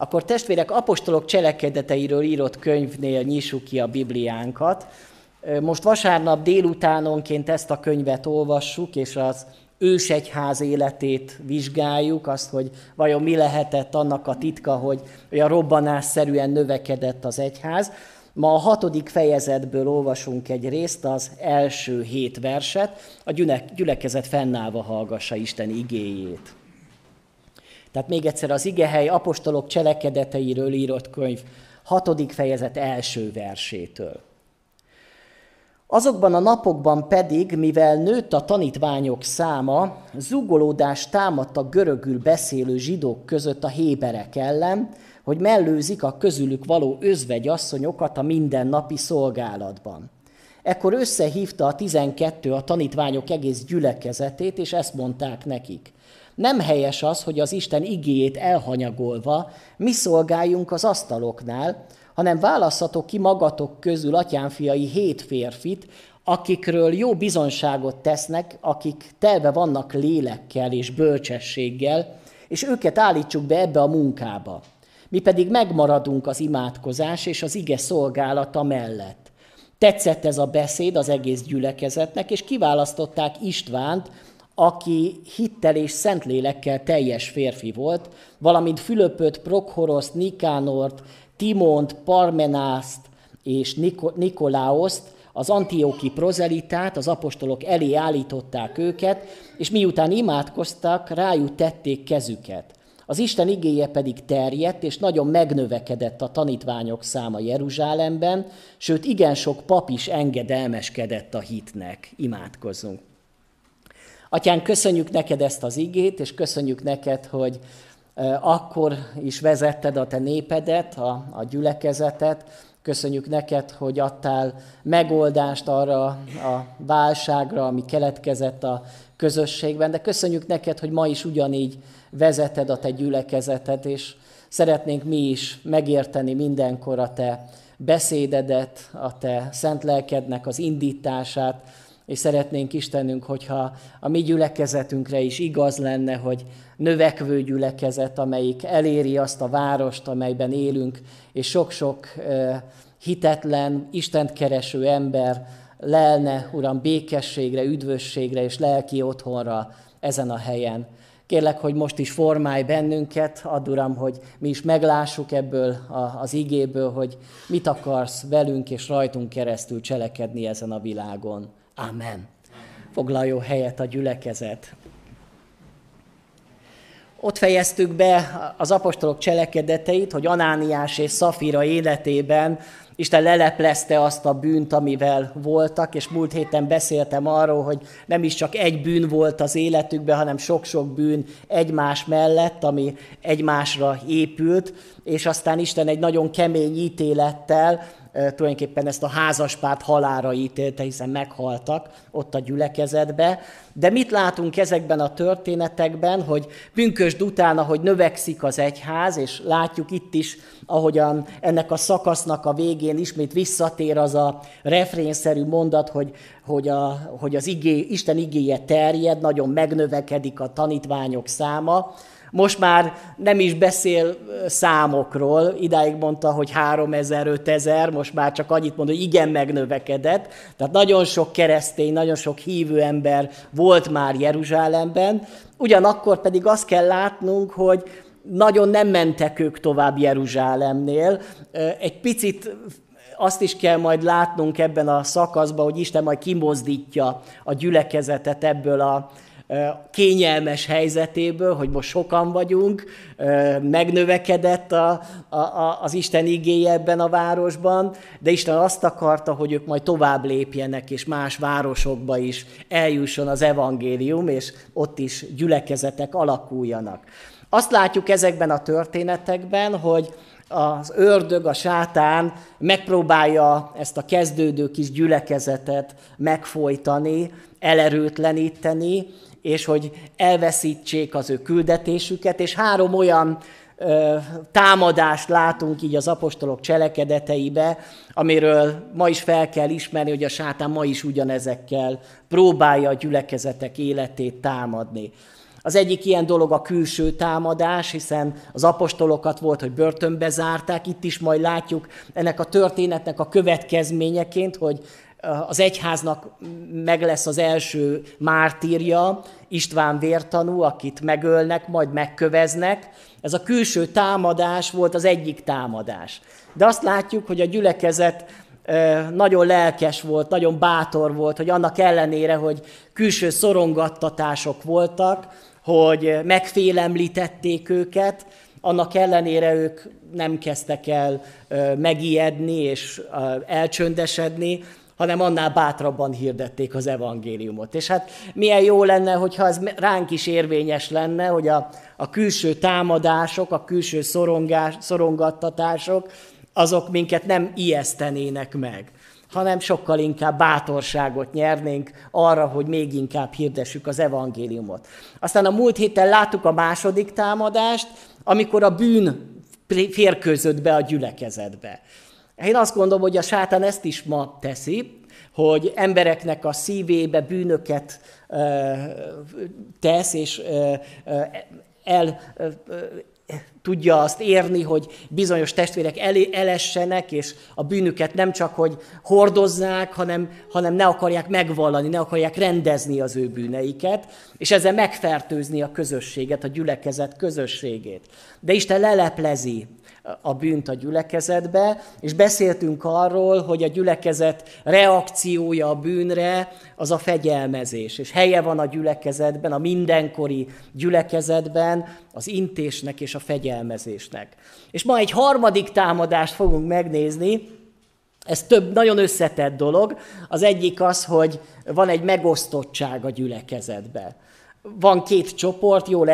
Akkor testvérek, apostolok cselekedeteiről írott könyvnél nyissuk ki a Bibliánkat. Most vasárnap délutánonként ezt a könyvet olvassuk, és az ősegyház életét vizsgáljuk, azt, hogy vajon mi lehetett annak a titka, hogy olyan robbanásszerűen növekedett az egyház. Ma a 6. fejezetből olvasunk egy részt, az első 7 verset, a gyülekezet fennállva hallgassa Isten igéjét. Tehát még egyszer az igehely apostolok cselekedeteiről írott könyv 6. fejezet első versétől. Azokban a napokban pedig, mivel nőtt a tanítványok száma, zúgolódás támadt a görögül beszélő zsidók között a héberek ellen, hogy mellőzik a közülük való özvegyasszonyokat a mindennapi szolgálatban. Ekkor összehívta a 12 a tanítványok egész gyülekezetét, és ezt mondták nekik. Nem helyes az, hogy az Isten igéjét elhanyagolva mi szolgáljunk az asztaloknál, hanem válasszatok ki magatok közül, atyánfiai, 7 férfit, akikről jó bizonságot tesznek, akik telve vannak lélekkel és bölcsességgel, és őket állítsuk be ebbe a munkába. Mi pedig megmaradunk az imádkozás és az ige szolgálata mellett. Tetszett ez a beszéd az egész gyülekezetnek, és kiválasztották Istvánt, aki hittel és szentlélekkel teljes férfi volt, valamint Fülöpöt, Prokhoroszt, Nikánort, Timont, Parmenászt és Nikolaoszt, az antióki prozelitát, az apostolok elé állították őket, és miután imádkoztak, rájuk tették kezüket. Az Isten igéje pedig terjedt, és nagyon megnövekedett a tanítványok száma Jeruzsálemben, sőt, igen sok pap is engedelmeskedett a hitnek. Imádkozzunk. Atyánk, köszönjük neked ezt az igét, és köszönjük neked, hogy akkor is vezetted a te népedet, a gyülekezetet. Köszönjük neked, hogy adtál megoldást arra a válságra, ami keletkezett a közösségben, de köszönjük neked, hogy ma is ugyanígy vezeted a te gyülekezetet, és szeretnénk mi is megérteni mindenkor a te beszédedet, a te szent lelkednek az indítását, és szeretnénk Istenünk, hogyha a mi gyülekezetünkre is igaz lenne, hogy növekvő gyülekezet, amelyik eléri azt a várost, amelyben élünk, és sok-sok hitetlen, Istent kereső ember lelne, Uram, békességre, üdvösségre és lelki otthonra ezen a helyen. Kérlek, hogy most is formálj bennünket, add, Uram, hogy mi is meglássuk ebből az igéből, hogy mit akarsz velünk és rajtunk keresztül cselekedni ezen a világon. Amen. Foglaljon helyet a gyülekezet. Ott fejeztük be az apostolok cselekedeteit, hogy Anániás és Szafira életében Isten leleplezte azt a bűnt, amivel voltak, és múlt héten beszéltem arról, hogy nem is csak egy bűn volt az életükben, hanem sok-sok bűn egymás mellett, ami egymásra épült, és aztán Isten egy nagyon kemény ítélettel tulajdonképpen ezt a házaspárt halálra ítélte, hiszen meghaltak ott a gyülekezetbe. De mit látunk ezekben a történetekben, hogy pünkösd után, ahogy növekszik az egyház, és látjuk itt is, ahogyan ennek a szakasznak a végén ismét visszatér az a refrénszerű mondat, hogy az Isten igéje terjed, nagyon megnövekedik a tanítványok száma. Most már nem is beszél számokról, idáig mondta, hogy 3000, 5000, most már csak annyit mond, hogy igen, megnövekedett. Tehát nagyon sok keresztény, nagyon sok hívő ember volt már Jeruzsálemben, ugyanakkor pedig azt kell látnunk, hogy nagyon nem mentek ők tovább Jeruzsálemnél. Egy picit azt is kell majd látnunk ebben a szakaszban, hogy Isten majd kimozdítja a gyülekezetet ebből a kényelmes helyzetéből, hogy most sokan vagyunk, megnövekedett az Isten igéje ebben a városban, de Isten azt akarta, hogy ők majd tovább lépjenek, és más városokba is eljusson az evangélium, és ott is gyülekezetek alakuljanak. Azt látjuk ezekben a történetekben, hogy az ördög, a sátán megpróbálja ezt a kezdődő kis gyülekezetet megfojtani, elerőtleníteni, és hogy elveszítsék az ő küldetésüket, és 3 olyan támadást látunk így az apostolok cselekedeteibe, amiről ma is fel kell ismerni, hogy a sátán ma is ugyanezekkel próbálja a gyülekezetek életét támadni. Az egyik ilyen dolog a külső támadás, hiszen az apostolokat volt, hogy börtönbe zárták. Itt is majd látjuk ennek a történetnek a következményeként, hogy az egyháznak meg lesz az első mártírja, István vértanú, akit megölnek, majd megköveznek. Ez a külső támadás volt az egyik támadás. De azt látjuk, hogy a gyülekezet nagyon lelkes volt, nagyon bátor volt, hogy annak ellenére, hogy külső szorongattatások voltak, hogy megfélemlítették őket, annak ellenére ők nem kezdtek el megijedni és elcsöndesedni, hanem annál bátrabban hirdették az evangéliumot. És hát milyen jó lenne, hogyha ez ránk is érvényes lenne, hogy a külső támadások, a külső szorongattatások, azok minket nem ijesztenének meg, hanem sokkal inkább bátorságot nyernénk arra, hogy még inkább hirdessük az evangéliumot. Aztán a múlt héten láttuk a második támadást, amikor a bűn férkőzött be a gyülekezetbe. Én azt gondolom, hogy a sátán ezt is ma teszi, hogy embereknek a szívébe bűnöket tesz, és tudja azt érni, hogy bizonyos testvérek elessenek, és a bűnüket nem csak, hogy hordozzák, hanem ne akarják megvallani, ne akarják rendezni az ő bűneiket, és ezzel megfertőzni a közösséget, a gyülekezet közösségét. De Isten leleplezi a bűnt a gyülekezetbe, és beszéltünk arról, hogy a gyülekezet reakciója a bűnre az a fegyelmezés, és helye van a gyülekezetben, a mindenkori gyülekezetben az intésnek és a fegyelmezésnek. És ma egy harmadik támadást fogunk megnézni, ez több nagyon összetett dolog. Az egyik az, hogy van egy megosztottság a gyülekezetben. Van két csoport, jól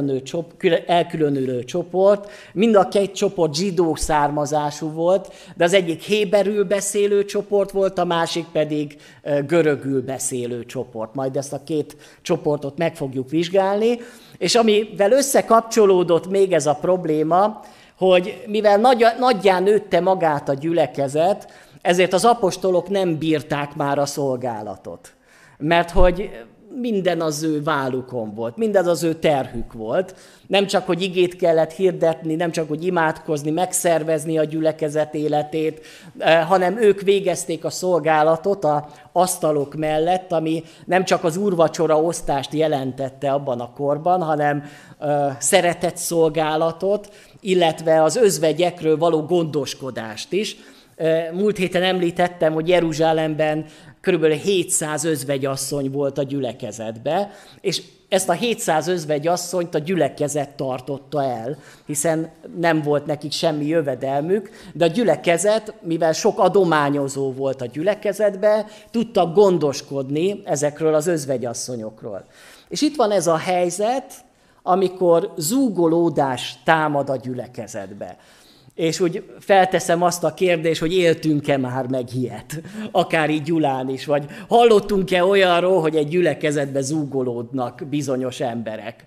elkülönülő csoport, mind a két csoport zsidó származású volt, de az egyik héberül beszélő csoport volt, a másik pedig görögül beszélő csoport. Majd ezt a két csoportot meg fogjuk vizsgálni, és amivel összekapcsolódott még ez a probléma, hogy mivel nagyján nőtte magát a gyülekezet, ezért az apostolok nem bírták már a szolgálatot, mert hogy minden az ő vállukon volt, minden az ő terhük volt. Nem csak, hogy igét kellett hirdetni, nem csak, hogy imádkozni, megszervezni a gyülekezet életét, hanem ők végezték a szolgálatot az asztalok mellett, ami nem csak az úrvacsora osztást jelentette abban a korban, hanem szeretett szolgálatot, illetve az özvegyekről való gondoskodást is. Múlt héten említettem, hogy Jeruzsálemben körülbelül 700 özvegyasszony volt a gyülekezetbe, és ezt a 700 özvegyasszonyt a gyülekezet tartotta el, hiszen nem volt nekik semmi jövedelmük, de a gyülekezet, mivel sok adományozó volt a gyülekezetbe, tudtak gondoskodni ezekről az özvegyasszonyokról. És itt van ez a helyzet, amikor zúgolódás támad a gyülekezetbe. És úgy felteszem azt a kérdést, hogy éltünk-e már meg ilyet, akár így Gyulán is, vagy hallottunk-e olyanról, hogy egy gyülekezetbe zúgolódnak bizonyos emberek.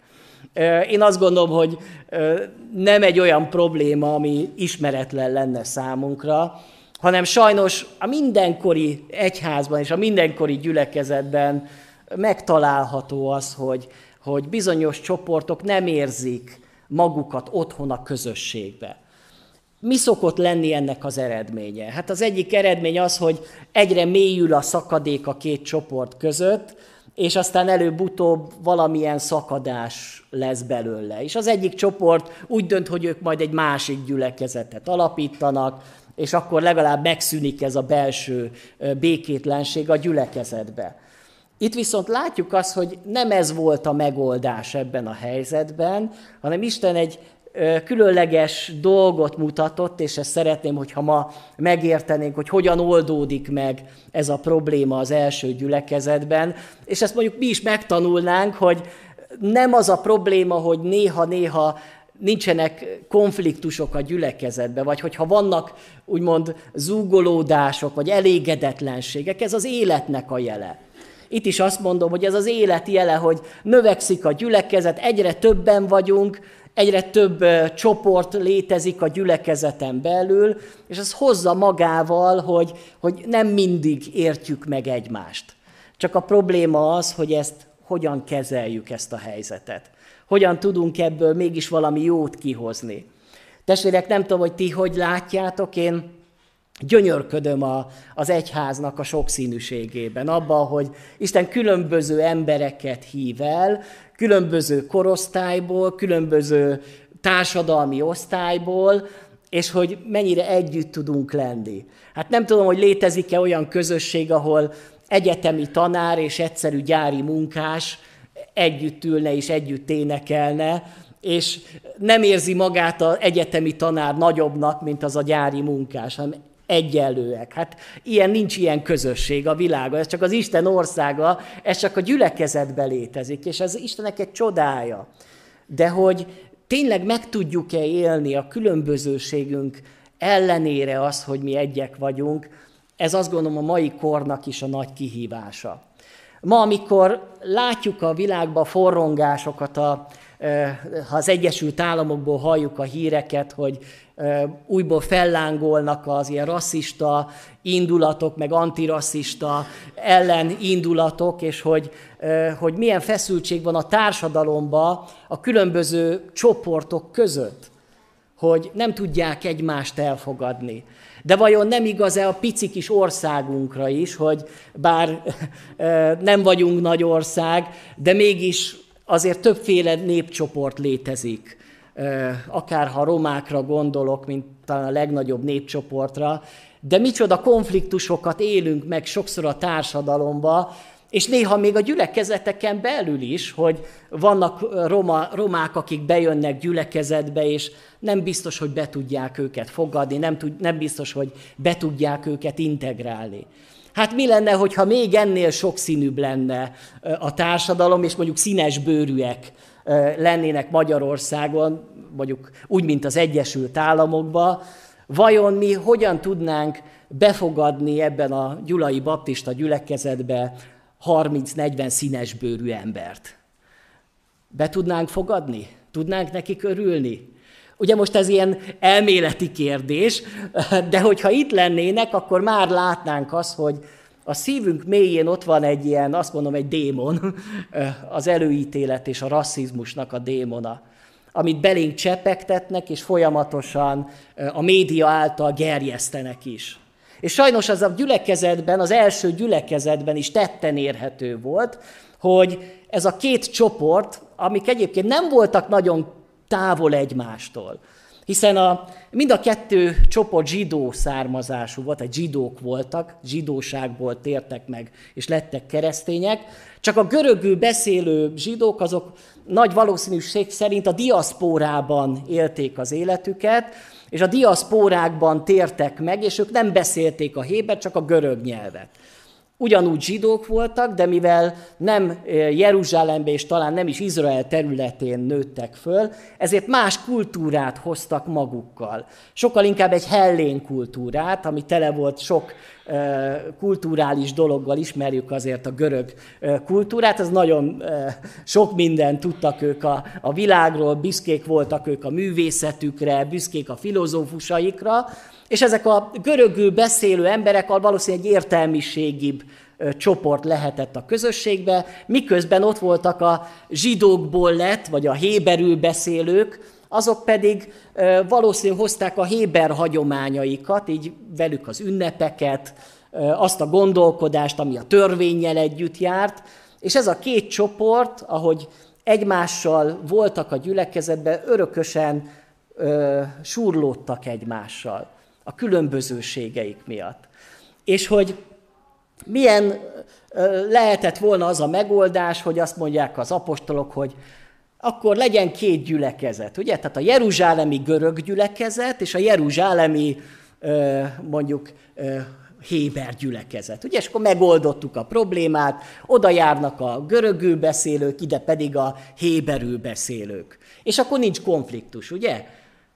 Én azt gondolom, hogy nem egy olyan probléma, ami ismeretlen lenne számunkra, hanem sajnos a mindenkori egyházban és a mindenkori gyülekezetben megtalálható az, hogy bizonyos csoportok nem érzik magukat otthon a közösségbe. Mi szokott lenni ennek az eredménye? Hát az egyik eredmény az, hogy egyre mélyül a szakadék a két csoport között, és aztán előbb-utóbb valamilyen szakadás lesz belőle. És az egyik csoport úgy dönt, hogy ők majd egy másik gyülekezetet alapítanak, és akkor legalább megszűnik ez a belső békétlenség a gyülekezetbe. Itt viszont látjuk azt, hogy nem ez volt a megoldás ebben a helyzetben, hanem Isten egy különleges dolgot mutatott, és ezt szeretném, hogyha ma megértenénk, hogy hogyan oldódik meg ez a probléma az első gyülekezetben, és ezt mondjuk mi is megtanulnánk, hogy nem az a probléma, hogy néha-néha nincsenek konfliktusok a gyülekezetben, vagy hogyha vannak úgymond zúgolódások, vagy elégedetlenségek, ez az életnek a jele. Itt is azt mondom, hogy ez az élet jele, hogy növekszik a gyülekezet, egyre többen vagyunk, egyre több csoport létezik a gyülekezeten belül, és ez hozza magával, hogy nem mindig értjük meg egymást. Csak a probléma az, hogy hogyan kezeljük ezt a helyzetet. hogyan tudunk ebből mégis valami jót kihozni. Testvérek, nem tudom, hogy ti hogy látjátok, én gyönyörködöm az egyháznak a sokszínűségében, abban, hogy Isten különböző embereket hív el, különböző korosztályból, különböző társadalmi osztályból, és hogy mennyire együtt tudunk lenni. Hát nem tudom, hogy létezik-e olyan közösség, ahol egyetemi tanár és egyszerű gyári munkás együtt ülne és együtt énekelne, és nem érzi magát az egyetemi tanár nagyobbnak, mint az a gyári munkás, hanem egyenlőek. Hát nincs ilyen közösség a világon, ez csak az Isten országa, ez csak a gyülekezetben létezik, és ez Istennek egy csodája. De hogy tényleg meg tudjuk-e élni a különbözőségünk ellenére az, hogy mi egyek vagyunk, ez azt gondolom a mai kornak is a nagy kihívása. Ma, amikor látjuk a világban forrongásokat, ha az Egyesült Államokból halljuk a híreket, hogy újból fellángolnak az ilyen rasszista indulatok, meg antirasszista ellenindulatok, és hogy milyen feszültség van a társadalomban a különböző csoportok között, hogy nem tudják egymást elfogadni. De vajon nem igaz-e a pici kis országunkra is, hogy bár nem vagyunk nagy ország, de mégis azért többféle népcsoport létezik. Akár ha romákra gondolok, mint talán a legnagyobb népcsoportra, de micsoda konfliktusokat élünk meg sokszor a társadalomba, és néha még a gyülekezeteken belül is, hogy vannak romák, akik bejönnek gyülekezetbe, és nem biztos, hogy be tudják őket fogadni, nem biztos, hogy be tudják őket integrálni. Hát mi lenne, hogyha még ennél sokszínűbb lenne a társadalom, és mondjuk színes bőrűek lennének Magyarországon, mondjuk úgy, mint az Egyesült Államokban, vajon mi hogyan tudnánk befogadni ebben a gyulai baptista gyülekezetbe 30-40 színes bőrű embert? Be tudnánk fogadni? Tudnánk nekik örülni? Ugye most ez ilyen elméleti kérdés, de hogyha itt lennének, akkor már látnánk azt, hogy a szívünk mélyén ott van egy ilyen, azt mondom, egy démon, az előítélet és a rasszizmusnak a démona, amit belénk csepegtetnek, és folyamatosan a média által gerjesztenek is. És sajnos az a gyülekezetben, az első gyülekezetben is tetten érhető volt, hogy ez a két csoport, amik egyébként nem voltak nagyon távol egymástól, hiszen mind a kettő csoport zsidó származású volt, vagy zsidók voltak, zsidóságból tértek meg, és lettek keresztények, csak a görögül beszélő zsidók azok nagy valószínűség szerint a diaszpórában élték az életüket, és a diaszpórákban tértek meg, és ők nem beszélték a hébert, csak a görög nyelvet. Ugyanúgy zsidók voltak, de mivel nem Jeruzsálembe és talán nem is Izrael területén nőttek föl, ezért más kultúrát hoztak magukkal. Sokkal inkább egy hellén kultúrát, ami tele volt sok kulturális dologgal, ismerjük azért a görög kultúrát, ez nagyon sok mindent tudtak ők a világról, büszkék voltak ők a művészetükre, büszkék a filozófusaikra, és ezek a görögül beszélő emberek valószínűleg egy értelmiségibb csoport lehetett a közösségbe, miközben ott voltak a zsidókból lett, vagy a héberül beszélők, azok pedig valószínűleg hozták a héber hagyományaikat, így velük az ünnepeket, azt a gondolkodást, ami a törvénnyel együtt járt, és ez a két csoport, ahogy egymással voltak a gyülekezetben, örökösen súrlódtak egymással a különbözőségeik miatt. És hogy milyen lehetett volna az a megoldás, hogy azt mondják az apostolok, hogy akkor legyen két gyülekezet, ugye? Tehát a jeruzsálemi görög gyülekezet és a jeruzsálemi mondjuk héber gyülekezet. Ugye? És akkor megoldottuk a problémát, oda járnak a görögül beszélők, ide pedig a héberül beszélők. És akkor nincs konfliktus, ugye?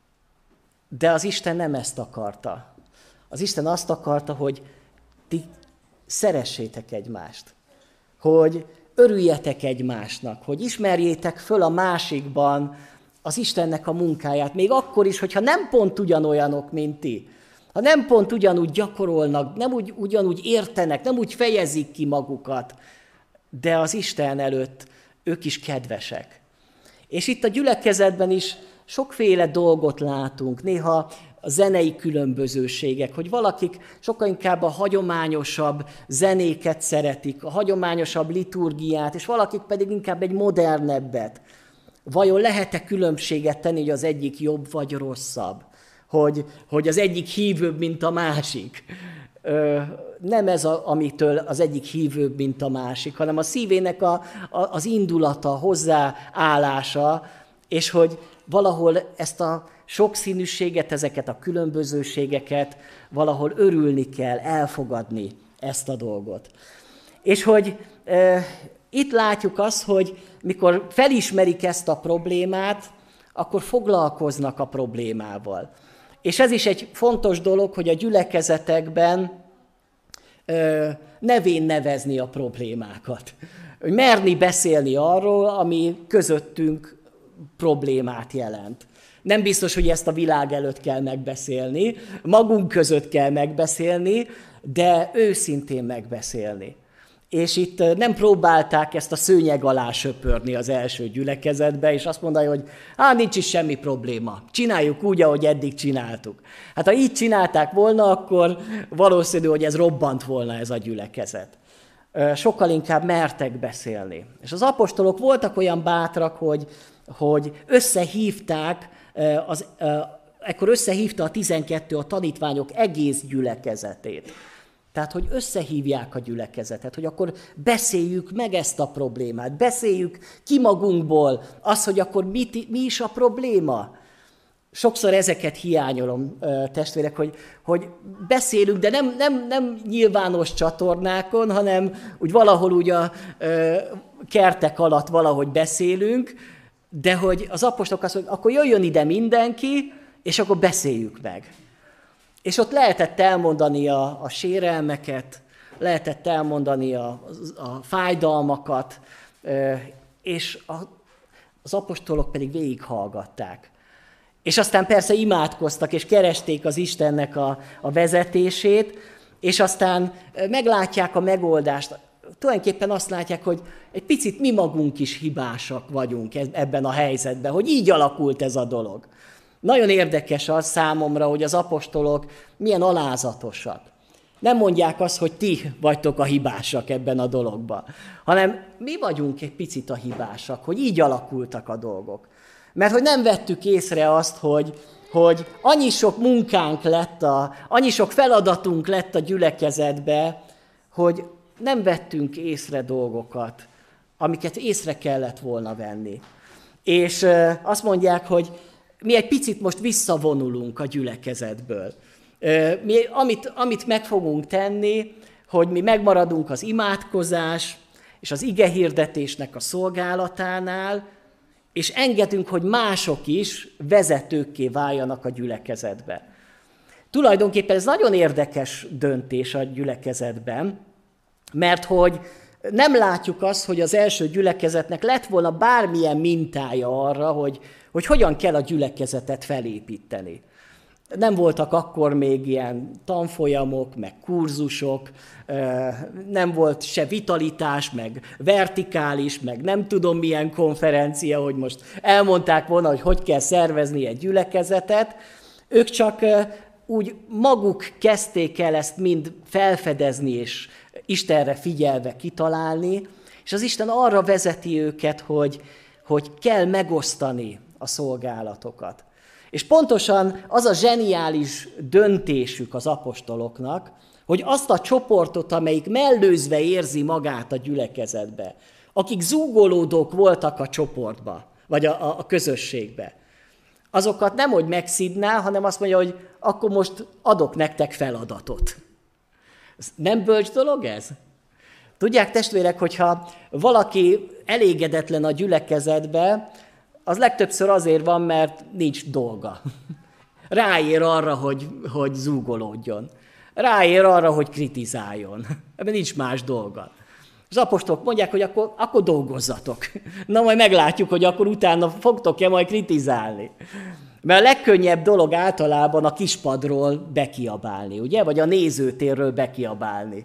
De az Isten nem ezt akarta. Az Isten azt akarta, hogy ti szeressétek egymást, hogy örüljetek egymásnak, hogy ismerjétek föl a másikban az Istennek a munkáját, még akkor is, hogyha nem pont ugyanolyanok, mint ti. Ha nem pont ugyanúgy gyakorolnak, nem ugyanúgy értenek, nem úgy fejezik ki magukat, de az Isten előtt ők is kedvesek. És itt a gyülekezetben is sokféle dolgot látunk, néha a zenei különbözőségek, hogy valakik sokkal inkább a hagyományosabb zenéket szeretik, a hagyományosabb liturgiát, és valakik pedig inkább egy modernebbet. Vajon lehet-e különbséget tenni, hogy az egyik jobb vagy rosszabb? Hogy az egyik hívőbb, mint a másik? Nem ez, amitől az egyik hívőbb, mint a másik, hanem a szívének az indulata, hozzáállása, és hogy valahol ezt a sokszínűséget, ezeket a különbözőségeket valahol örülni kell, elfogadni ezt a dolgot. És hogy itt látjuk azt, hogy mikor felismerik ezt a problémát, akkor foglalkoznak a problémával. És ez is egy fontos dolog, hogy a gyülekezetekben nevén nevezni a problémákat. Hogy merni beszélni arról, ami közöttünk problémát jelent. Nem biztos, hogy ezt a világ előtt kell megbeszélni, magunk között kell megbeszélni, de őszintén megbeszélni. És itt nem próbálták ezt a szőnyeg alá söpörni az első gyülekezetbe, és azt mondani, hogy nincs is semmi probléma, csináljuk úgy, ahogy eddig csináltuk. Hát ha így csinálták volna, akkor valószínű, hogy ez robbant volna ez a gyülekezet. Sokkal inkább mertek beszélni. És az apostolok voltak olyan bátrak, hogy összehívták, ekkor összehívta a 12 a tanítványok egész gyülekezetét. Tehát, hogy összehívják a gyülekezetet, hogy akkor beszéljük meg ezt a problémát, beszéljük ki magunkból azt, hogy akkor mi is a probléma. Sokszor ezeket hiányolom, testvérek, hogy beszélünk, de nem nyilvános csatornákon, hanem úgy valahol úgy a kertek alatt valahogy beszélünk, de hogy az apostolok azt mondják, akkor jöjjön ide mindenki, és akkor beszéljük meg. És ott lehetett elmondani a sérelmeket, lehetett elmondani a fájdalmakat, és az apostolok pedig végighallgatták. És aztán persze imádkoztak, és keresték az Istennek a vezetését, és aztán meglátják a megoldást. Tulajdonképpen azt látják, hogy egy picit mi magunk is hibásak vagyunk ebben a helyzetben, hogy így alakult ez a dolog. Nagyon érdekes az számomra, hogy az apostolok milyen alázatosak. Nem mondják azt, hogy ti vagytok a hibásak ebben a dologban, hanem mi vagyunk egy picit a hibásak, hogy így alakultak a dolgok. Mert hogy nem vettük észre azt, hogy annyi sok munkánk lett, annyi sok feladatunk lett a gyülekezetbe, hogy nem vettünk észre dolgokat, amiket észre kellett volna venni. És azt mondják, hogy mi egy picit most visszavonulunk a gyülekezetből. Amit meg fogunk tenni, hogy mi megmaradunk az imádkozás és az igehirdetésnek a szolgálatánál, és engedünk, hogy mások is vezetőkké váljanak a gyülekezetbe. Tulajdonképpen ez nagyon érdekes döntés a gyülekezetben, mert hogy nem látjuk azt, hogy az első gyülekezetnek lett volna bármilyen mintája arra, hogy hogyan kell a gyülekezetet felépíteni. Nem voltak akkor még ilyen tanfolyamok, meg kurzusok, nem volt se vitalitás, meg vertikális, meg nem tudom milyen konferencia, hogy most elmondták volna, hogy kell szervezni egy gyülekezetet. Ők csak úgy maguk kezdték el ezt mind felfedezni, és Istenre figyelve kitalálni, és az Isten arra vezeti őket, hogy kell megosztani a szolgálatokat. És pontosan az a zseniális döntésük az apostoloknak, hogy azt a csoportot, amelyik mellőzve érzi magát a gyülekezetbe, akik zúgolódók voltak a csoportba, vagy a közösségbe, azokat nem, hogy megszidná, hanem azt mondja, hogy akkor most adok nektek feladatot. Nem bölcs dolog ez? Tudják, testvérek, hogyha valaki elégedetlen a gyülekezetbe, az legtöbbször azért van, mert nincs dolga. Ráér arra, hogy zúgolódjon. Ráér arra, hogy kritizáljon. Ebben nincs más dolga. Az apostolok mondják, hogy akkor dolgozzatok. Na majd meglátjuk, hogy akkor utána fogtok-e majd kritizálni. Mert a legkönnyebb dolog általában a kispadról bekiabálni, ugye? Vagy a nézőtérről bekiabálni.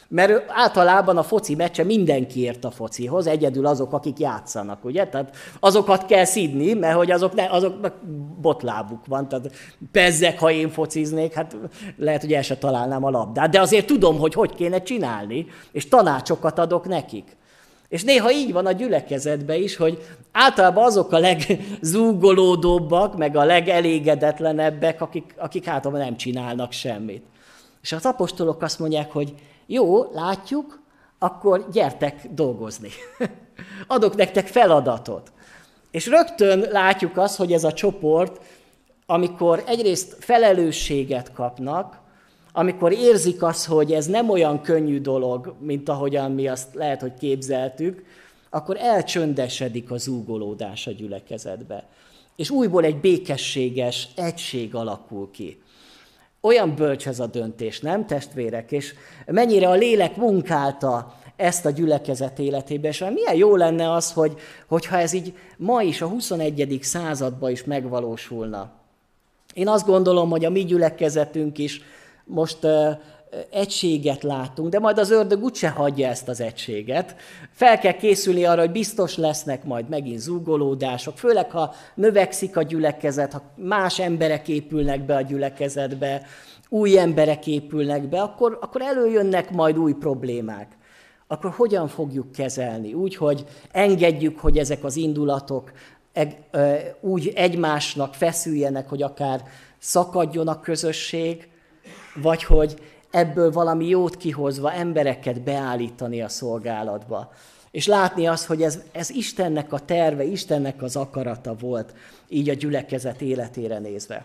Mert általában a foci meccse mindenki ért a focihoz, egyedül azok, akik játszanak, ugye? Tehát azokat kell szidni, mert hogy azoknak botlábuk van. Tehát pezzek, ha én fociznék, hát lehet, hogy el se találnám a labdát. De azért tudom, hogy kéne csinálni, és tanácsokat adok nekik. És néha így van a gyülekezetben is, hogy általában azok a legzúgolódóbbak, meg a legelégedetlenebbek, akik általában nem csinálnak semmit. És az apostolok azt mondják, hogy jó, látjuk, akkor gyertek dolgozni. Adok nektek feladatot. És rögtön látjuk azt, hogy ez a csoport, amikor egyrészt felelősséget kapnak, amikor érzik azt, hogy ez nem olyan könnyű dolog, mint ahogyan mi azt lehet, hogy képzeltük, akkor elcsöndesedik a zúgolódás a gyülekezetbe. És újból egy békességes egység alakul ki. Olyan bölcs ez a döntés, nem, testvérek? És mennyire a lélek munkálta ezt a gyülekezet életébe, és milyen jó lenne az, hogyha ez így ma is, a 21. században is megvalósulna. Én azt gondolom, hogy a mi gyülekezetünk is most egységet látunk, de majd az ördög úgyse hagyja ezt az egységet. Fel kell készülni arra, hogy biztos lesznek majd megint zúgolódások, főleg ha növekszik a gyülekezet, ha más emberek épülnek be a gyülekezetbe, új emberek épülnek be, akkor előjönnek majd új problémák. Akkor hogyan fogjuk kezelni? Úgy, hogy engedjük, hogy ezek az indulatok úgy egymásnak feszüljenek, hogy akár szakadjon a közösség, vagy hogy ebből valami jót kihozva embereket beállítani a szolgálatba. És látni azt, hogy ez Istennek a terve, Istennek az akarata volt, így a gyülekezet életére nézve.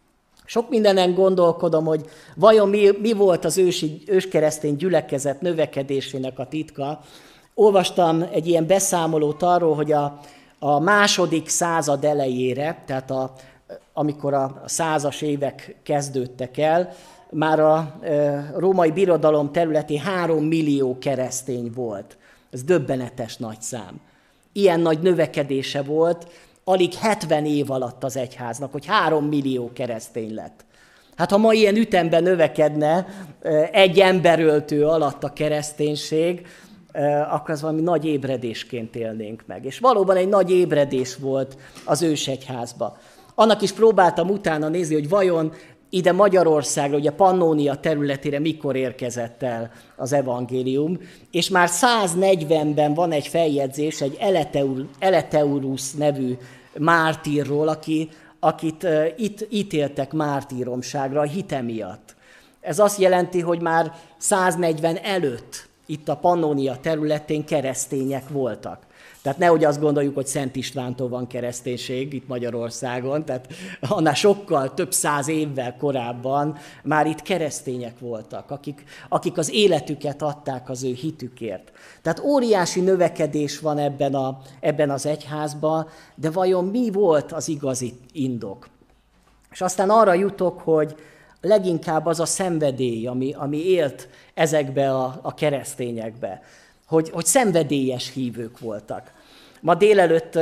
Sok mindenen gondolkodom, hogy vajon mi volt az őskeresztény gyülekezet növekedésének a titka. Olvastam egy ilyen beszámolót arról, hogy a második század elejére, tehát amikor a 100-as évek kezdődtek el, már a római birodalom területén 3 millió keresztény volt. Ez döbbenetes nagy szám. Ilyen nagy növekedése volt, alig 70 év alatt az egyháznak, hogy 3 millió keresztény lett. Hát ha ma ilyen ütemben növekedne egy emberöltő alatt a kereszténység, akkor az valami nagy ébredésként élnénk meg. És valóban egy nagy ébredés volt az ősegyházba. Annak is próbáltam utána nézni, hogy vajon ide Magyarországra, ugye Pannónia területére mikor érkezett el az evangélium, és már 140-ben van egy feljegyzés egy Eleteurus nevű mártírról, akit itt ítéltek mártíromságra a hite miatt. Ez azt jelenti, hogy már 140 előtt itt a Pannónia területén keresztények voltak. Tehát nehogy azt gondoljuk, hogy Szent Istvántól van kereszténység itt Magyarországon, tehát annál sokkal több 100 évvel korábban már itt keresztények voltak, akik az életüket adták az ő hitükért. Tehát óriási növekedés van ebben az egyházban, de vajon mi volt az igazi indok? És aztán arra jutok, hogy leginkább az a szenvedély, ami élt ezekbe a keresztényekbe, hogy szenvedélyes hívők voltak. Ma délelőtt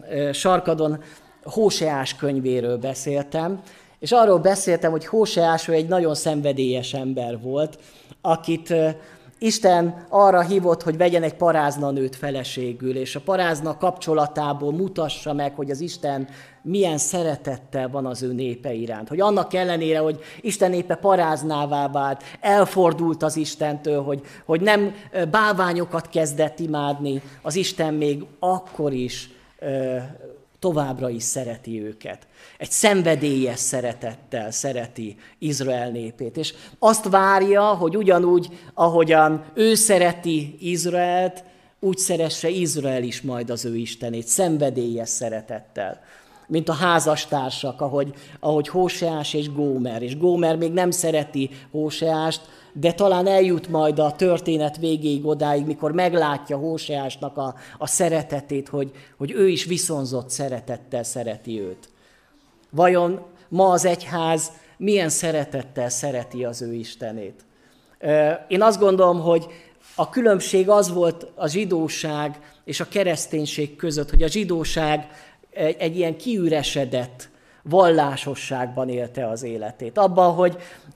Sarkadon Hóseás könyvéről beszéltem, és arról beszéltem, hogy Hóseás egy nagyon szenvedélyes ember volt, akit Isten arra hívott, hogy vegyen egy paráznanőt feleségül, és a parázna kapcsolatából mutassa meg, hogy az Isten milyen szeretettel van az ő népe iránt. Hogy annak ellenére, hogy Isten népe paráznává vált, elfordult az Istentől, hogy nem bálványokat kezdett imádni, az Isten még akkor is továbbra is szereti őket. Egy szenvedélyes szeretettel szereti Izrael népét. És azt várja, hogy ugyanúgy, ahogyan ő szereti Izraelt, úgy szeresse Izrael is majd az ő Istenét, szenvedélyes szeretettel. Mint a házastársak, ahogy Hóseás és Gómer. És Gómer még nem szereti Hóseást, de talán eljut majd a történet végéig odáig, mikor meglátja Hóseásnak a szeretetét, hogy ő is viszonzott szeretettel szereti őt. Vajon ma az egyház milyen szeretettel szereti az ő Istenét? Én azt gondolom, hogy a különbség az volt a zsidóság és a kereszténység között, hogy a zsidóság egy ilyen kiüresedett vallásosságban élte az életét. Abban, hogy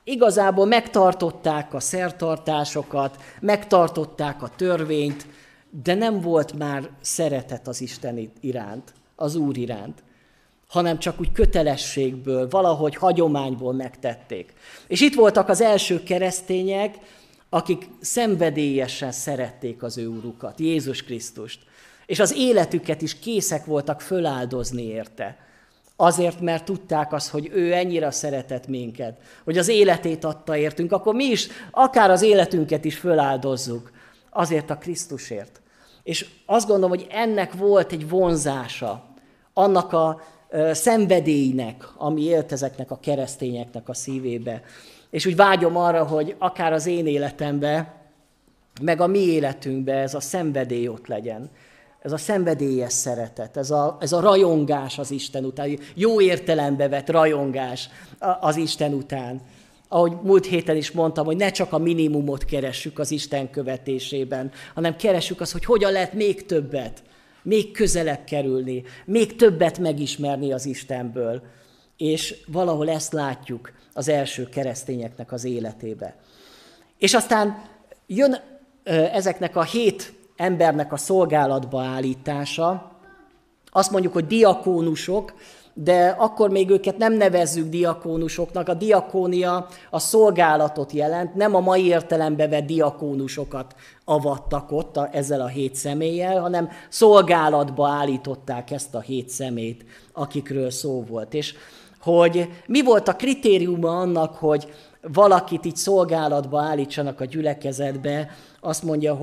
Igazából megtartották a szertartásokat, megtartották a törvényt, de nem volt már szeretet az Isten iránt, az Úr iránt, hanem csak úgy kötelességből, valahogy hagyományból megtették. És itt voltak az első keresztények, akik szenvedélyesen szerették az ő Urukat, Jézus Krisztust. És az életüket is készek voltak föláldozni érte. Azért, mert tudták azt, hogy ő ennyire szeretett minket, hogy az életét adta értünk, akkor mi is akár az életünket is föláldozzuk azért a Krisztusért. És azt gondolom, hogy ennek volt egy vonzása, annak a szenvedélynek, ami élt ezeknek a keresztényeknek a szívébe. És úgy vágyom arra, hogy akár az én életemben, meg a mi életünkben ez a szenvedély ott legyen. Ez a szenvedélyes szeretet, ez a rajongás az Isten után, jó értelembe vett rajongás az Isten után. Ahogy múlt héten is mondtam, hogy ne csak a minimumot keressük az Isten követésében, hanem keressük azt, hogy hogyan lehet még többet, még közelebb kerülni, még többet megismerni az Istenből. És valahol ezt látjuk az első keresztényeknek az életébe. És aztán jön ezeknek a 7 embernek a szolgálatba állítása. Azt mondjuk, hogy diakónusok, de akkor még őket nem nevezzük diakónusoknak. A diakónia a szolgálatot jelent, nem a mai értelembe vett diakónusokat avattak ott ezzel a 7 személlyel, hanem szolgálatba állították ezt a 7 szemét, akikről szó volt. És hogy mi volt a kritériuma annak, hogy valakit így szolgálatba állítsanak a gyülekezetbe, azt mondja,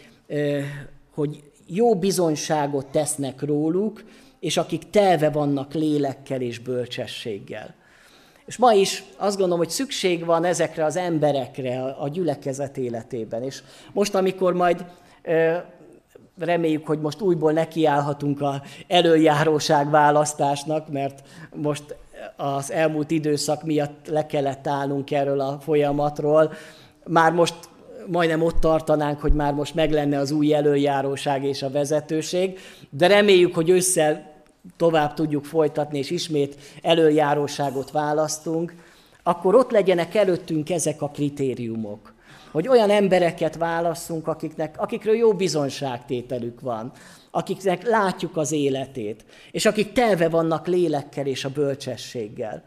hogy jó bizonyságot tesznek róluk, és akik telve vannak lélekkel és bölcsességgel. És ma is azt gondolom, hogy szükség van ezekre az emberekre a gyülekezet életében. És most, amikor majd reméljük, hogy most újból nekiállhatunk az elöljáróság választásnak, mert most az elmúlt időszak miatt le kellett állnunk erről a folyamatról. Már most majdnem ott tartanánk, hogy már most meg lenne az új elöljáróság és a vezetőség, de reméljük, hogy ősszel tovább tudjuk folytatni, és ismét elöljáróságot választunk, akkor ott legyenek előttünk ezek a kritériumok, hogy olyan embereket válasszunk, akikről jó bizonságtételük van, akiknek látjuk az életét, és akik telve vannak lélekkel és a bölcsességgel.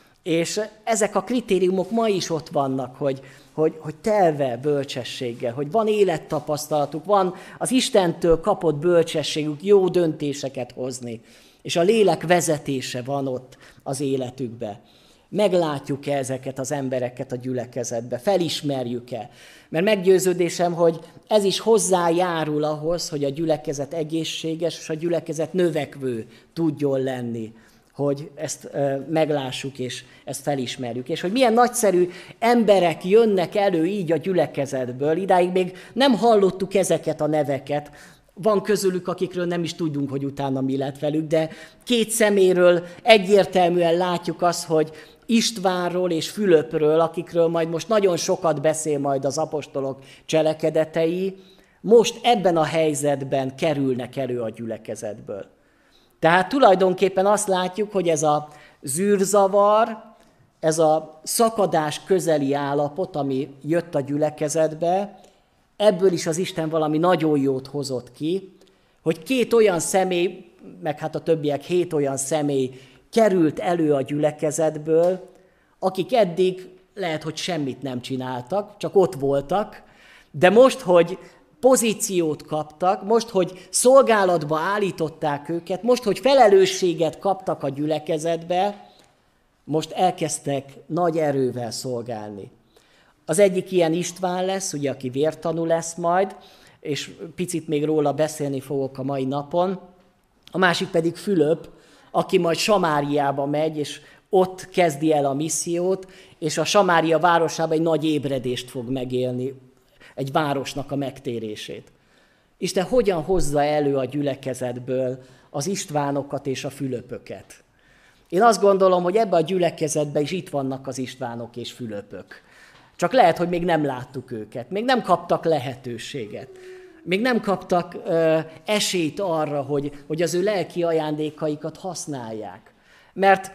És ezek a kritériumok ma is ott vannak, hogy telve bölcsességgel, hogy van élettapasztalatuk, van az Istentől kapott bölcsességük jó döntéseket hozni, és a lélek vezetése van ott az életükbe. Meglátjuk-e ezeket az embereket a gyülekezetbe, felismerjük-e? Mert meggyőződésem, hogy ez is hozzájárul ahhoz, hogy a gyülekezet egészséges, és a gyülekezet növekvő tudjon lenni, hogy ezt meglássuk, és ezt felismerjük. És hogy milyen nagyszerű emberek jönnek elő így a gyülekezetből. Idáig még nem hallottuk ezeket a neveket. Van közülük, akikről nem is tudunk, hogy utána mi lett velük, de 2 szeméről egyértelműen látjuk azt, hogy Istvánról és Fülöpről, akikről majd most nagyon sokat beszél majd az apostolok cselekedetei, most ebben a helyzetben kerülnek elő a gyülekezetből. Tehát tulajdonképpen azt látjuk, hogy ez a zűrzavar, ez a szakadás közeli állapot, ami jött a gyülekezetbe, ebből is az Isten valami nagyon jót hozott ki, hogy 2 olyan személy, meg hát a többiek 7 olyan személy került elő a gyülekezetből, akik eddig lehet, hogy semmit nem csináltak, csak ott voltak, de most, hogy pozíciót kaptak, most, hogy szolgálatba állították őket, most, hogy felelősséget kaptak a gyülekezetbe, most elkezdtek nagy erővel szolgálni. Az egyik ilyen István lesz, ugye, aki vértanú lesz majd, és picit még róla beszélni fogok a mai napon. A másik pedig Fülöp, aki majd Samáriába megy, és ott kezdi el a missziót, és a Samária városában egy nagy ébredést fog megélni, egy városnak a megtérését. Isten hogyan hozza elő a gyülekezetből az Istvánokat és a Fülöpöket? Én azt gondolom, hogy ebben a gyülekezetben is itt vannak az Istvánok és Fülöpök. Csak lehet, hogy még nem láttuk őket, még nem kaptak lehetőséget, még nem kaptak esélyt arra, hogy az ő lelki ajándékaikat használják. Mert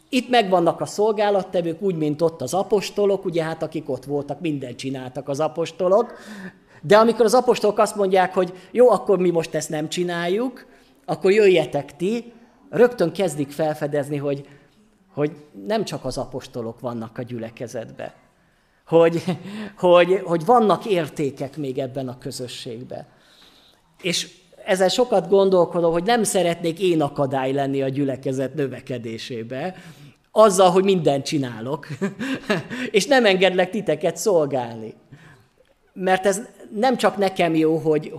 Itt megvannak a szolgálattevők, úgy, mint ott az apostolok, ugye hát akik ott voltak, mindent csináltak az apostolok, de amikor az apostolok azt mondják, hogy jó, akkor mi most ezt nem csináljuk, akkor jöjjetek ti, rögtön kezdik felfedezni, hogy nem csak az apostolok vannak a gyülekezetben, hogy vannak értékek még ebben a közösségben. És ezzel sokat gondolkodom, hogy nem szeretnék én akadály lenni a gyülekezet növekedésébe, azzal, hogy mindent csinálok, és nem engedlek titeket szolgálni. Mert ez nem csak nekem jó,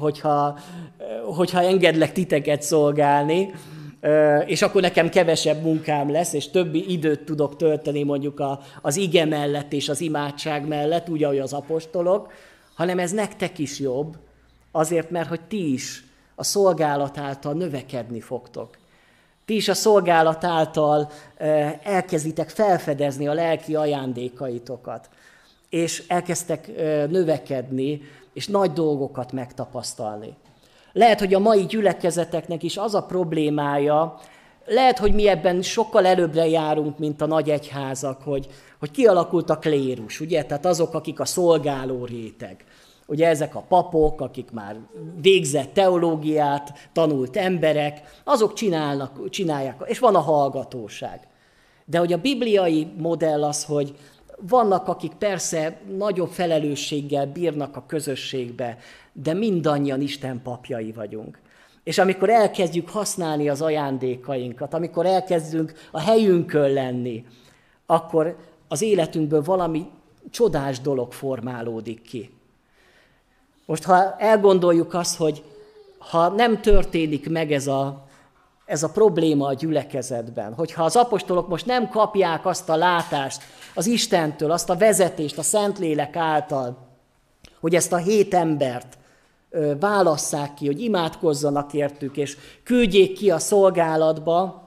hogyha engedlek titeket szolgálni, és akkor nekem kevesebb munkám lesz, és több időt tudok tölteni mondjuk az ige mellett és az imádság mellett, úgy, ahogy az apostolok, hanem ez nektek is jobb, azért, mert hogy ti is a szolgálat által növekedni fogtok. Ti is a szolgálat által elkezditek felfedezni a lelki ajándékaitokat, és elkezdtek növekedni, és nagy dolgokat megtapasztalni. Lehet, hogy a mai gyülekezeteknek is az a problémája, lehet, hogy mi ebben sokkal előbbre járunk, mint a nagy egyházak, hogy kialakult a klérus, ugye? Tehát azok, akik a szolgáló réteg. Ugye ezek a papok, akik már végzett teológiát, tanult emberek, azok csinálják, és van a hallgatóság. De hogy a bibliai modell az, hogy vannak, akik persze nagyobb felelősséggel bírnak a közösségbe, de mindannyian Isten papjai vagyunk. És amikor elkezdjük használni az ajándékainkat, amikor elkezdünk a helyünkön lenni, akkor az életünkből valami csodás dolog formálódik ki. Most, ha elgondoljuk azt, hogy ha nem történik meg ez a probléma a gyülekezetben, hogyha az apostolok most nem kapják azt a látást az Istentől, azt a vezetést a Szentlélek által, hogy ezt a 7 embert válasszák ki, hogy imádkozzanak értük, és küldjék ki a szolgálatba,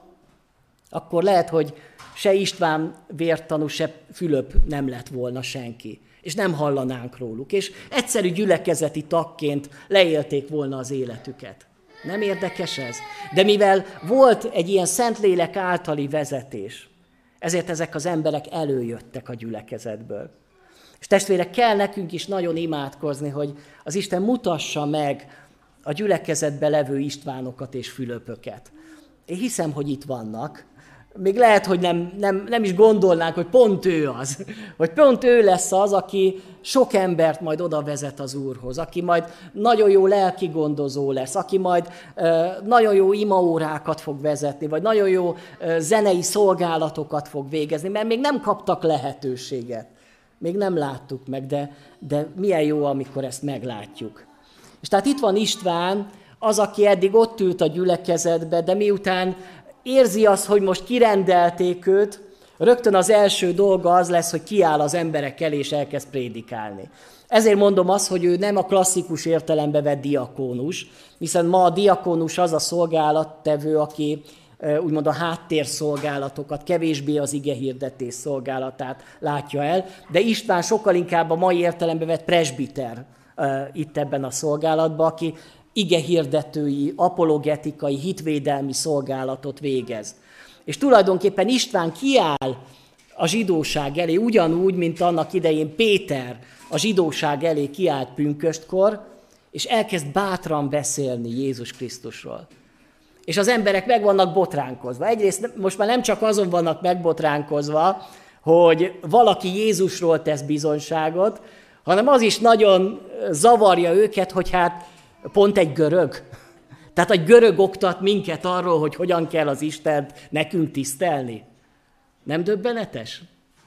akkor lehet, hogy se István vértanú, se Fülöp nem lett volna senki, és nem hallanánk róluk, és egyszerű gyülekezeti tagként leélték volna az életüket. Nem érdekes ez? De mivel volt egy ilyen Szentlélek általi vezetés, ezért ezek az emberek előjöttek a gyülekezetből. És testvérek, kell nekünk is nagyon imádkozni, hogy az Isten mutassa meg a gyülekezetben levő Istvánokat és Fülöpöket. Én hiszem, hogy itt vannak. Még lehet, hogy nem is gondolnánk, hogy pont ő az. Hogy pont ő lesz az, aki sok embert majd oda vezet az Úrhoz, aki majd nagyon jó lelki gondozó lesz, aki majd nagyon jó imaórákat fog vezetni, vagy nagyon jó zenei szolgálatokat fog végezni, mert még nem kaptak lehetőséget. Még nem láttuk meg, de milyen jó, amikor ezt meglátjuk. És tehát itt van István, az, aki eddig ott ült a gyülekezetbe, de miután érzi azt, hogy most kirendelték őt, rögtön az első dolga az lesz, hogy kiáll az emberek elé és elkezd prédikálni. Ezért mondom azt, hogy ő nem a klasszikus értelembe vett diakónus, hiszen ma a diakónus az a szolgálattevő, aki úgymond a háttérszolgálatokat, kevésbé az igehirdetés szolgálatát látja el, de István sokkal inkább a mai értelembe vett presbiter itt ebben a szolgálatban, aki igehirdetői, apologetikai, hitvédelmi szolgálatot végez. És tulajdonképpen István kiáll a zsidóság elé, ugyanúgy, mint annak idején Péter a zsidóság elé kiállt pünköstkor, és elkezd bátran beszélni Jézus Krisztusról. És az emberek meg vannak botránkozva. Egyrészt most már nem csak azon vannak megbotránkozva, hogy valaki Jézusról tesz bizonyságot, hanem az is nagyon zavarja őket, hogy hát pont egy görög. Tehát egy görög oktat minket arról, hogy hogyan kell az Istent nekünk tisztelni. Nem döbbenetes?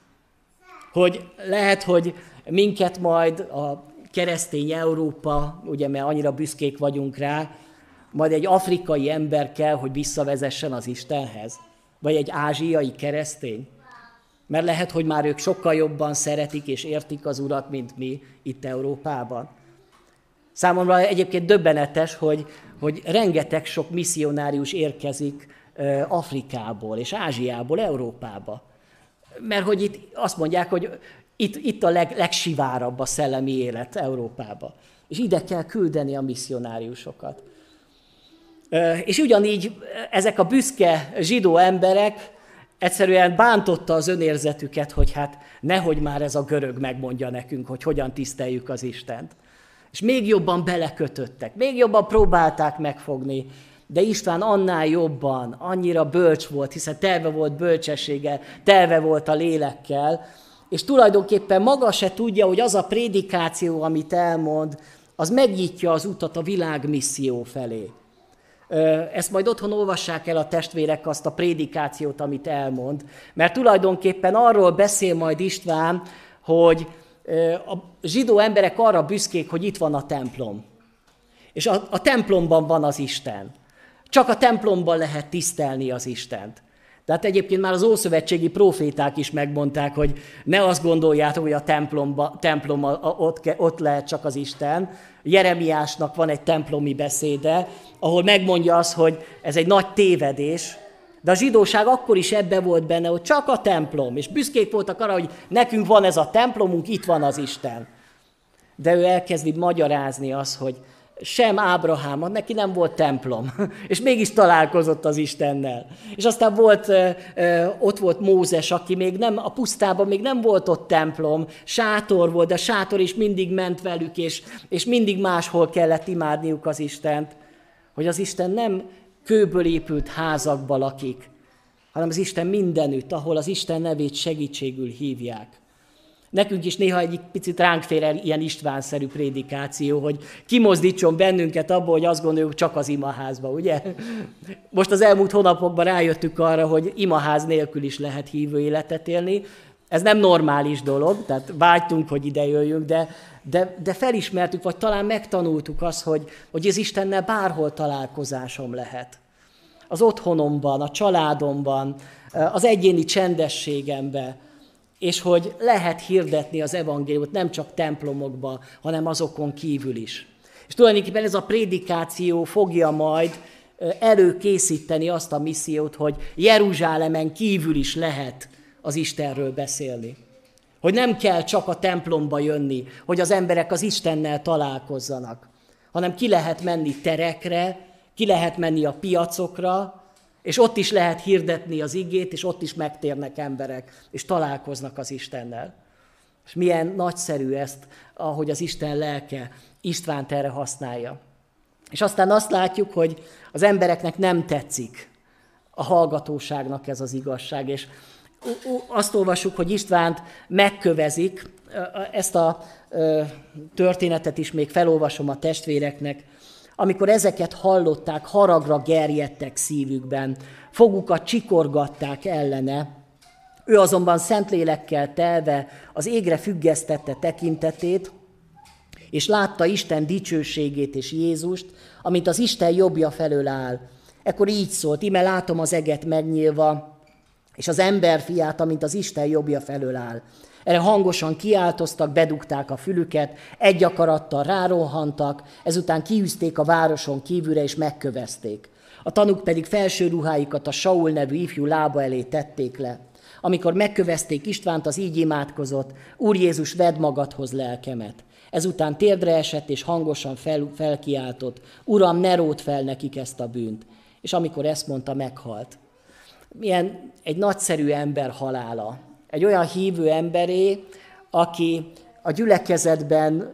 Hogy lehet, hogy minket majd a keresztény Európa, ugye mert annyira büszkék vagyunk rá, majd egy afrikai ember kell, hogy visszavezessen az Istenhez. Vagy egy ázsiai keresztény. Mert lehet, hogy már ők sokkal jobban szeretik és értik az Urat, mint mi itt Európában. Számomra egyébként döbbenetes, hogy rengeteg sok misszionárius érkezik Afrikából és Ázsiából Európába. Mert hogy itt azt mondják, hogy itt a legsivárabb a szellemi élet Európába. És ide kell küldeni a misszionáriusokat. És ugyanígy ezek a büszke zsidó emberek Egyszerűen bántotta az önérzetüket, hogy hát nehogy már ez a görög megmondja nekünk, hogy hogyan tiszteljük az Istent. És még jobban belekötöttek, még jobban próbálták megfogni, de István annál jobban, annyira bölcs volt, hiszen telve volt bölcsességgel, telve volt a lélekkel, és tulajdonképpen maga se tudja, hogy az a prédikáció, amit elmond, az megnyitja az utat a világ misszió felé. Ezt majd otthon olvassák el a testvérek azt a prédikációt, amit elmond, mert tulajdonképpen arról beszél majd István, hogy a zsidó emberek arra büszkék, hogy itt van a templom. És a templomban van az Isten. Csak a templomban lehet tisztelni az Istent. Tehát egyébként már az ószövetségi próféták is megmondták, hogy ne azt gondoljátok, hogy a templom ott lehet csak az Isten. Jeremiásnak van egy templomi beszéde, ahol megmondja azt, hogy ez egy nagy tévedés, de a zsidóság akkor is ebbe volt benne, hogy csak a templom, és büszkék voltak arra, hogy nekünk van ez a templomunk, itt van az Isten. De ő elkezdi magyarázni azt, hogy sem Ábrahám, neki nem volt templom, és mégis találkozott az Istennel. És aztán ott volt Mózes, aki még nem, a pusztában még nem volt ott templom, sátor volt, de a sátor is mindig ment velük, és mindig máshol kellett imádniuk az Istent, hogy az Isten nem kőből épült házakban lakik, hanem az Isten mindenütt, ahol az Isten nevét segítségül hívják. Nekünk is néha egy picit ránk fér el ilyen István-szerű prédikáció, hogy kimozdítson bennünket abból, hogy azt gondoljuk csak az imaházba, ugye? Most az elmúlt hónapokban rájöttük arra, hogy imaház nélkül is lehet hívő életet élni. Ez nem normális dolog, tehát vágytunk, hogy ide jöjjünk, de felismertük, vagy talán megtanultuk azt, hogy az Istennel bárhol találkozásom lehet. Az otthonomban, a családomban, az egyéni csendességemben, és hogy lehet hirdetni az evangéliumot nem csak templomokba, hanem azokon kívül is. És tulajdonképpen ez a prédikáció fogja majd előkészíteni azt a missziót, hogy Jeruzsálemen kívül is lehet az Istenről beszélni. Hogy nem kell csak a templomba jönni, hogy az emberek az Istennel találkozzanak, hanem ki lehet menni terekre, ki lehet menni a piacokra, és ott is lehet hirdetni az igét, és ott is megtérnek emberek, és találkoznak az Istennel. És milyen nagyszerű ezt, ahogy az Isten lelke Istvánt erre használja. És aztán azt látjuk, hogy az embereknek nem tetszik a hallgatóságnak ez az igazság, és azt olvassuk, hogy Istvánt megkövezik, ezt a történetet is még felolvasom a testvéreknek, amikor ezeket hallották, haragra gerjedtek szívükben, fogukat csikorgatták ellene, ő azonban Szentlélekkel telve az égre függesztette tekintetét, és látta Isten dicsőségét és Jézust, amint az Isten jobbja felől áll. Ekkor így szólt, íme látom az eget megnyílva, és az emberfiát, amint az Isten jobbja felől áll. Erre hangosan kiáltoztak, bedugták a fülüket, egy akarattal rárohantak, ezután kiűzték a városon kívülre, és megkövezték. A tanúk pedig felső ruháikat a Saul nevű ifjú lába elé tették le. Amikor megkövezték Istvánt, az így imádkozott, Úr Jézus, vedd magadhoz lelkemet. Ezután térdre esett, és hangosan felkiáltott, Uram, ne ródd fel nekik ezt a bűnt. És amikor ezt mondta, meghalt. Milyen egy nagyszerű ember halála. Egy olyan hívő emberé, aki a gyülekezetben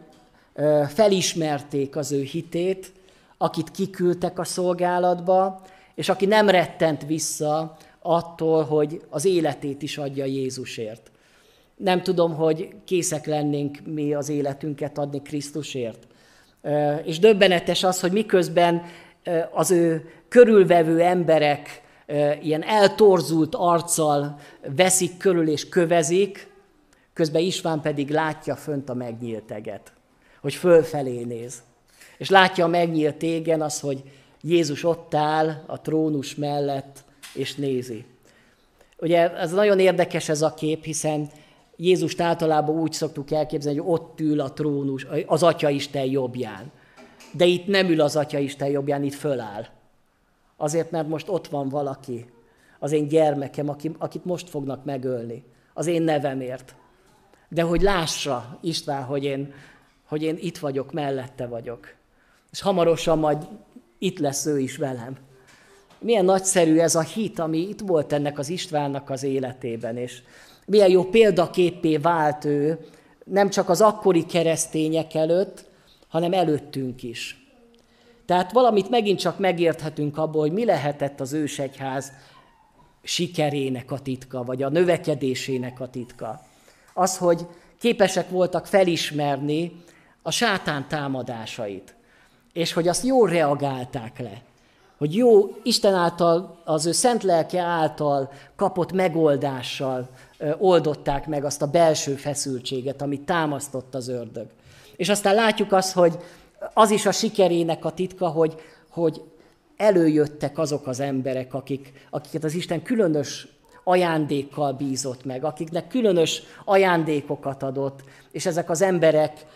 felismerték az ő hitét, akit kiküldtek a szolgálatba, és aki nem rettent vissza attól, hogy az életét is adja Jézusért. Nem tudom, hogy készek lennénk mi az életünket adni Krisztusért. És döbbenetes az, hogy miközben az ő körülvevő emberek ilyen eltorzult arccal veszik körül és kövezik, közben István pedig látja fönt a megnyílt eget, hogy fölfelé néz. És látja a megnyílt égen az, hogy Jézus ott áll a trónus mellett, és nézi. Ugye ez nagyon érdekes ez a kép, hiszen Jézust általában úgy szoktuk elképzelni, hogy ott ül a trónus, az Atyaisten jobbján. De itt nem ül az Atyaisten jobbján, itt föláll. Azért, mert most ott van valaki, az én gyermekem, akit most fognak megölni, az én nevemért. De hogy lássa István, hogy én itt vagyok, mellette vagyok. És hamarosan majd itt lesz ő is velem. milyen nagyszerű ez a hit, ami itt volt ennek az Istvánnak az életében, és milyen jó példaképpé vált ő, nem csak az akkori keresztények előtt, hanem előttünk is. Tehát valamit megint csak megérthetünk abból, hogy mi lehetett az ősegyház sikerének a titka, vagy a növekedésének a titka. Az, hogy képesek voltak felismerni a sátán támadásait, és hogy azt jól reagálták le. Hogy jó, Isten által, az ő szent lelke által kapott megoldással oldották meg azt a belső feszültséget, amit támasztott az ördög. És aztán látjuk azt, hogy az is a sikerének a titka, hogy előjöttek azok az emberek, akiket az Isten különös ajándékkal bízott meg, akiknek különös ajándékokat adott, és ezek az emberek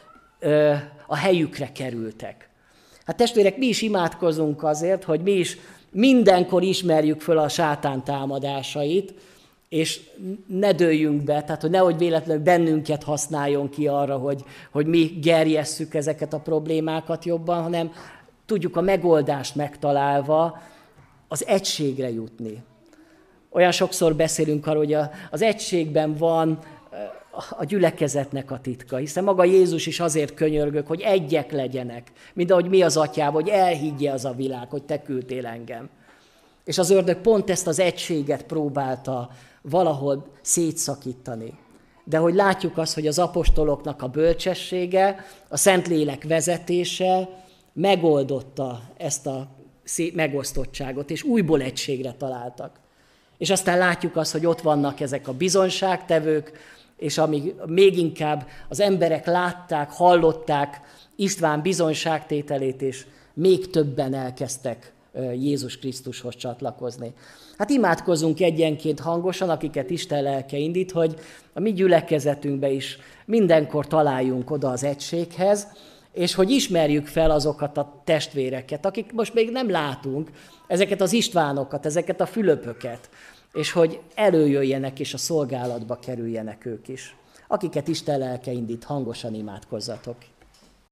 a helyükre kerültek. Hát testvérek, mi is imádkozunk azért, hogy mi is mindenkor ismerjük föl a sátán támadásait, és ne dőljünk be, tehát hogy nehogy véletlenül bennünket használjon ki arra, hogy mi gerjesszük ezeket a problémákat jobban, hanem tudjuk a megoldást megtalálva az egységre jutni. Olyan sokszor beszélünk arról, hogy az egységben van a gyülekezetnek a titka, hiszen maga Jézus is azért könyörgök, hogy egyek legyenek, mint ahogy mi az atyában, hogy elhiggye az a világ, hogy te küldtél engem. És az ördög pont ezt az egységet próbálta valahol szétszakítani. De hogy látjuk azt, hogy az apostoloknak a bölcsessége, a Szentlélek vezetése megoldotta ezt a megosztottságot, és újból egységre találtak. És aztán látjuk azt, hogy ott vannak ezek a bizonyságtevők, és amíg még inkább az emberek látták, hallották István bizonyságtételét, és még többen elkezdtek Jézus Krisztushoz csatlakozni. Hát imádkozzunk egyenként hangosan, akiket Isten lelke indít, hogy a mi gyülekezetünkbe is mindenkor találjunk oda az egységhez, és hogy ismerjük fel azokat a testvéreket, akik most még nem látunk, ezeket az Istvánokat, ezeket a Fülöpöket, és hogy előjöjjenek és a szolgálatba kerüljenek ők is. Akiket Isten lelke indít, hangosan imádkozzatok.